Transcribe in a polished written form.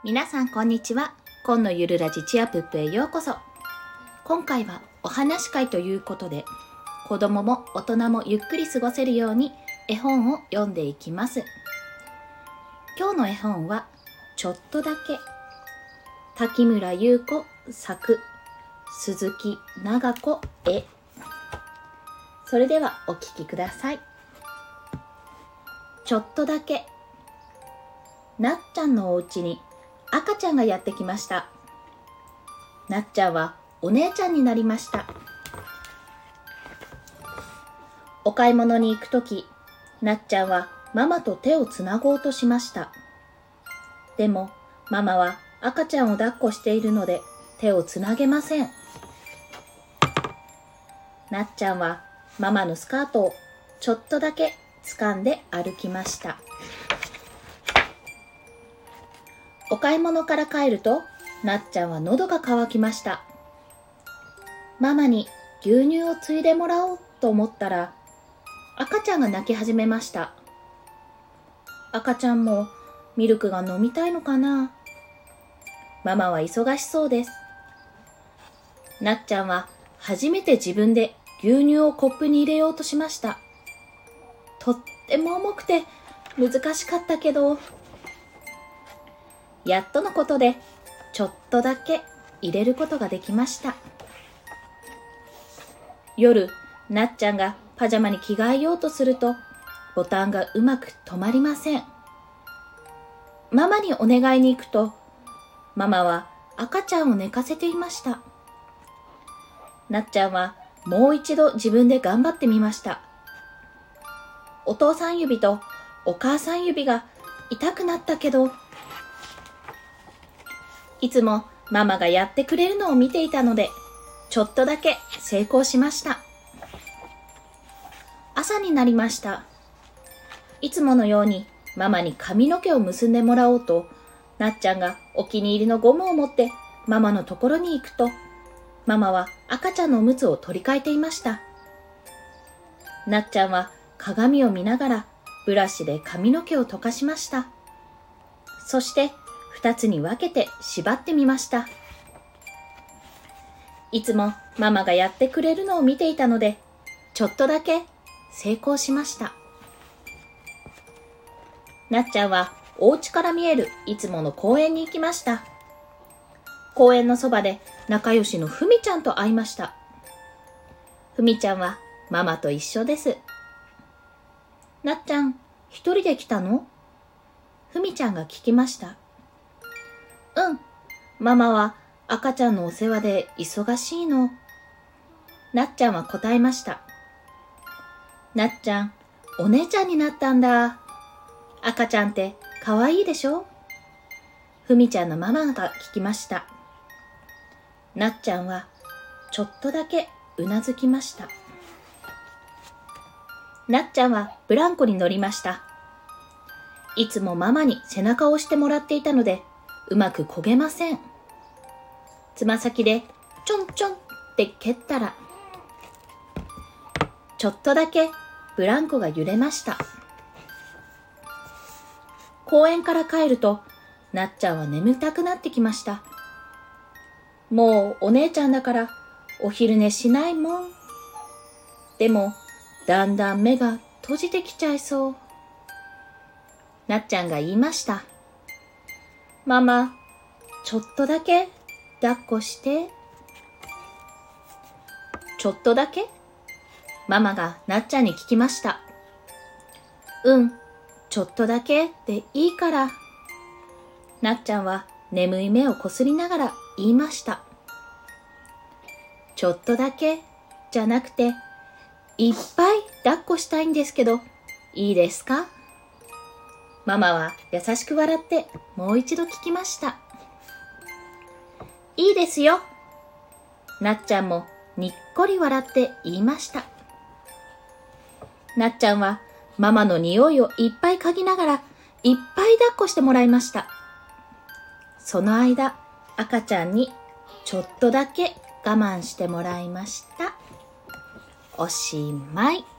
皆さんこんにちは。今のゆるラジチアプップへようこそ。今回はお話会ということで、子供も大人もゆっくり過ごせるように絵本を読んでいきます。今日の絵本はちょっとだけ、滝村優子作、鈴木長子絵。それではお聞きください。ちょっとだけ。なっちゃんのお家に赤ちゃんがやってきました。なっちゃんはお姉ちゃんになりました。お買い物に行くとき、なっちゃんはママと手をつなごうとしました。でもママは赤ちゃんを抱っこしているので手をつなげません。なっちゃんはママのスカートをちょっとだけ掴んで歩きました。お買い物から帰ると、なっちゃんは喉が渇きました。ママに牛乳をついでもらおうと思ったら、赤ちゃんが泣き始めました。赤ちゃんもミルクが飲みたいのかな？ママは忙しそうです。なっちゃんは初めて自分で牛乳をコップに入れようとしました。とっても重くて難しかったけど、やっとのことでちょっとだけ入れることができました。夜、なっちゃんがパジャマに着替えようとすると、ボタンがうまく止まりません。ママにお願いに行くと、ママは赤ちゃんを寝かせていました。なっちゃんはもう一度自分で頑張ってみました。お父さん指とお母さん指が痛くなったけど、いつもママがやってくれるのを見ていたので、ちょっとだけ成功しました。朝になりました。いつものようにママに髪の毛を結んでもらおうと、なっちゃんがお気に入りのゴムを持ってママのところに行くと、ママは赤ちゃんのおむつを取り替えていました。なっちゃんは鏡を見ながらブラシで髪の毛を溶かしました。そして2つに分けて縛ってみました。いつもママがやってくれるのを見ていたので、ちょっとだけ成功しました。なっちゃんはお家から見えるいつもの公園に行きました。公園のそばで仲良しのふみちゃんと会いました。ふみちゃんはママと一緒です。なっちゃん、一人で来たの？ふみちゃんが聞きました。うん、ママは赤ちゃんのお世話で忙しいの。なっちゃんは答えました。なっちゃん、お姉ちゃんになったんだ。赤ちゃんってかわいいでしょ？ふみちゃんのママが聞きました。なっちゃんはちょっとだけうなずきました。なっちゃんはブランコに乗りました。いつもママに背中を押してもらっていたので、うまく漕げません。つま先でちょんちょんって蹴ったら、ちょっとだけブランコが揺れました。公園から帰ると、なっちゃんは眠たくなってきました。もうお姉ちゃんだからお昼寝しないもん。でもだんだん目が閉じてきちゃいそう。なっちゃんが言いました。ママ、ちょっとだけ抱っこして。ちょっとだけ？ママがなっちゃんに聞きました。うん、ちょっとだけでいいから。なっちゃんは眠い目をこすりながら言いました。ちょっとだけじゃなくて、いっぱい抱っこしたいんですけど、いいですか？ママは優しく笑ってもう一度聞きました。いいですよ。なっちゃんもにっこり笑って言いました。なっちゃんはママの匂いをいっぱい嗅ぎながらいっぱい抱っこしてもらいました。その間、赤ちゃんにちょっとだけ我慢してもらいました。おしまい。